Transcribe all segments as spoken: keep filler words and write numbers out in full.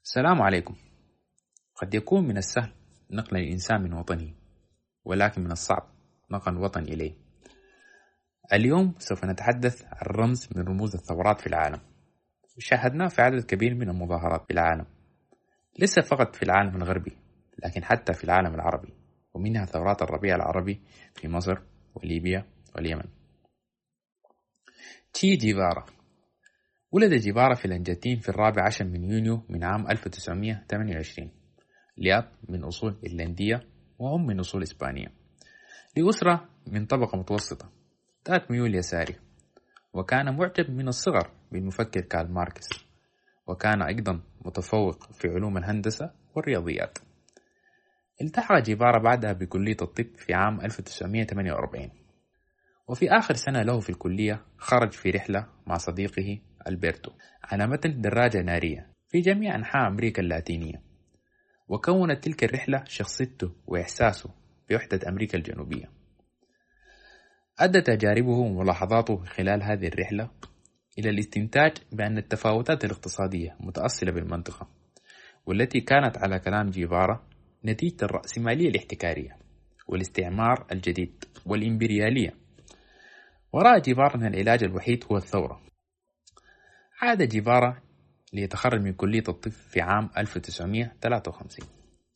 السلام عليكم. قد يكون من السهل نقل الإنسان من وطنه، ولكن من الصعب نقل الوطن إليه. اليوم سوف نتحدث عن رمز من رموز الثورات في العالم، شاهدناه في عدد كبير من المظاهرات في العالم، ليس فقط في العالم الغربي لكن حتى في العالم العربي، ومنها ثورات الربيع العربي في مصر وليبيا واليمن. تشي جيفارا ولد جيفارا في الأرجنتين في الرابع عشر من يونيو من عام ألف وتسعمائة وثمانية وعشرين، لأب من أصول إيرلندية وأم من أصول إسبانية، لأسرة من طبقة متوسطة ذات ميول يساري. وكان معجب من الصغر بالمفكر كارل ماركس، وكان أيضا متفوق في علوم الهندسة والرياضيات. التحق جيفارا بعدها بكلية الطب في عام ألف وتسعمائة وثمانية وأربعين، وفي آخر سنة له في الكلية خرج في رحلة مع صديقه ألبرتو على متن دراجة نارية في جميع أنحاء أمريكا اللاتينية، وكونت تلك الرحلة شخصيته وإحساسه بوحدة أمريكا الجنوبية. أدت تجاربه وملاحظاته خلال هذه الرحلة إلى الاستنتاج بأن التفاوتات الاقتصادية متأصلة بالمنطقة، والتي كانت على كلام جيفارا نتيجة الرأسمالية الاحتكارية والاستعمار الجديد والإمبريالية. ورأى جيفارا أن العلاج الوحيد هو الثورة. عاد جيفارا ليتخرج من كلية الطب في عام ألف وتسعمائة وثلاثة وخمسين.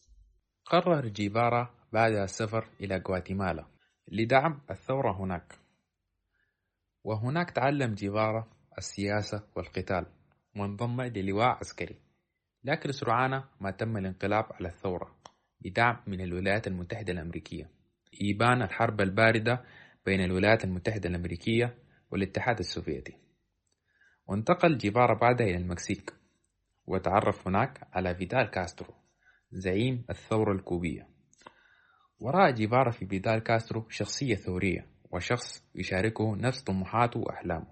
قرر جيفارا بعدها السفر إلى غواتيمالا لدعم الثورة هناك، وهناك تعلم جيفارا السياسة والقتال وانضم للواء عسكري، لكن سرعان ما تم الانقلاب على الثورة بدعم من الولايات المتحدة الأمريكية، إيبان الحرب الباردة بين الولايات المتحدة الأمريكية والاتحاد السوفيتي. وانتقل جيفارا بعدها إلى المكسيك، وتعرف هناك على فيدال كاسترو زعيم الثورة الكوبية. ورأى جيفارا في فيدال كاسترو شخصية ثورية وشخص يشاركه نفس طموحاته وأحلامه،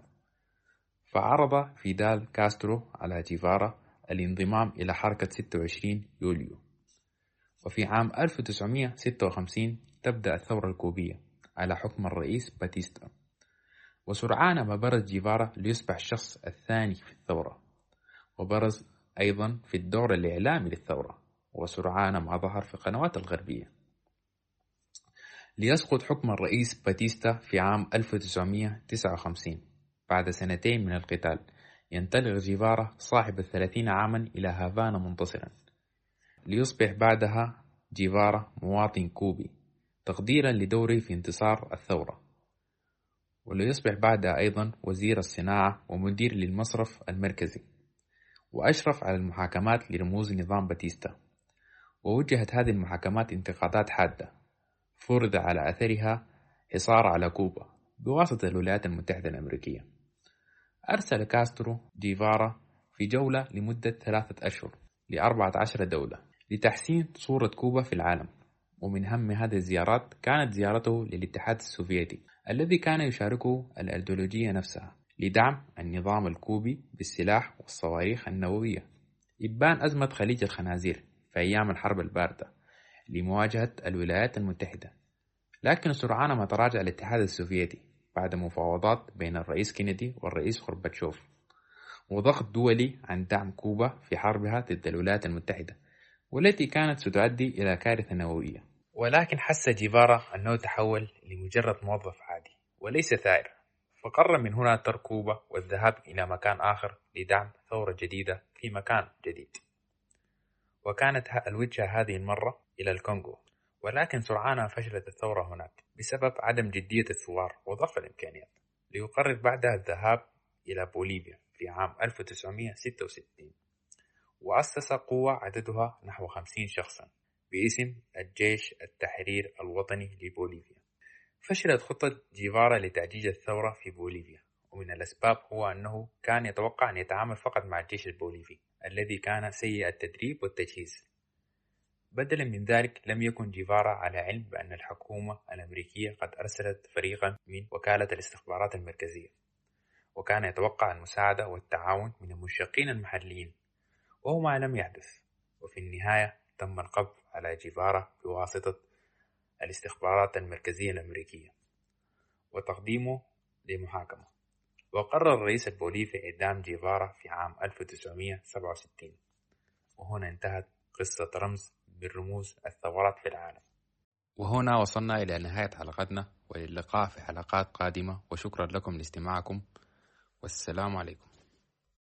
فعرض فيدال كاسترو على جيفارا الانضمام إلى حركة ستة وعشرين يوليو. وفي عام ألف وتسعمائة وستة وخمسين تبدأ الثورة الكوبية على حكم الرئيس باتيستا، وسرعان ما برز جيفارا ليصبح الشخص الثاني في الثورة، وبرز أيضا في الدور الإعلامي للثورة، وسرعان ما ظهر في القنوات الغربية. ليسقط حكم الرئيس باتيستا في عام ألف وتسعمائة وتسعة وخمسين بعد سنتين من القتال. ينطلق جيفارا صاحب الثلاثين عاما إلى هافانا منتصرا، ليصبح بعدها جيفارا مواطن كوبي تقديرا لدوره في انتصار الثورة، وليصبح بعدها أيضا وزير الصناعة ومدير للمصرف المركزي، وأشرف على المحاكمات لرموز نظام باتيستا. ووجهت هذه المحاكمات انتقادات حادة فرض على أثرها حصار على كوبا بواسطة الولايات المتحدة الأمريكية. أرسل كاسترو جيفارا في جولة لمدة ثلاثة أشهر لأربعة عشر دولة لتحسين صورة كوبا في العالم، ومن أهم هذه الزيارات كانت زيارته للاتحاد السوفيتي الذي كان يشاركه الأيديولوجية نفسها لدعم النظام الكوبي بالسلاح والصواريخ النووية، إبان أزمة خليج الخنازير في أيام الحرب الباردة لمواجهة الولايات المتحدة. لكن سرعان ما تراجع الاتحاد السوفيتي بعد مفاوضات بين الرئيس كينيدي والرئيس غورباتشوف، وضغط دولي عن دعم كوبا في حربها ضد الولايات المتحدة، والتي كانت ستؤدي إلى كارثة نووية. ولكن حس جيفارا أنه تحول لمجرد موظف عادي وليس ثائر، فقرر من هنا ترك كوبا والذهاب إلى مكان آخر لدعم ثورة جديدة في مكان جديد. وكانت الوجهة هذه المرة إلى الكونغو، ولكن سرعان فشلت الثورة هناك بسبب عدم جدية الثوار وضعف الإمكانيات، ليقرر بعدها الذهاب إلى بوليفيا في عام ألف وتسعمائة وستة وستين، وأسس قوة عددها نحو خمسين شخصا باسم الجيش التحرير الوطني لبوليفيا. فشلت خطة جيفارا لتأجيج الثورة في بوليفيا، ومن الأسباب هو أنه كان يتوقع أن يتعامل فقط مع الجيش البوليفي الذي كان سيء التدريب والتجهيز. بدلا من ذلك لم يكن جيفارا على علم بأن الحكومة الأمريكية قد أرسلت فريقا من وكالة الاستخبارات المركزية، وكان يتوقع المساعدة والتعاون من المشقين المحليين، وهو ما لم يحدث. وفي النهاية تم القبض على جيفارا بواسطة الاستخبارات المركزية الأمريكية وتقديمه لمحاكمة، وقرر الرئيس البوليفي إعدام جيفارا في عام ألف وتسعمائة وسبعة وستين. وهنا انتهت قصة رمز من رموز الثورات في العالم. وهنا وصلنا إلى نهاية حلقتنا، وللقاء في حلقات قادمة، وشكرا لكم لاستماعكم، والسلام عليكم.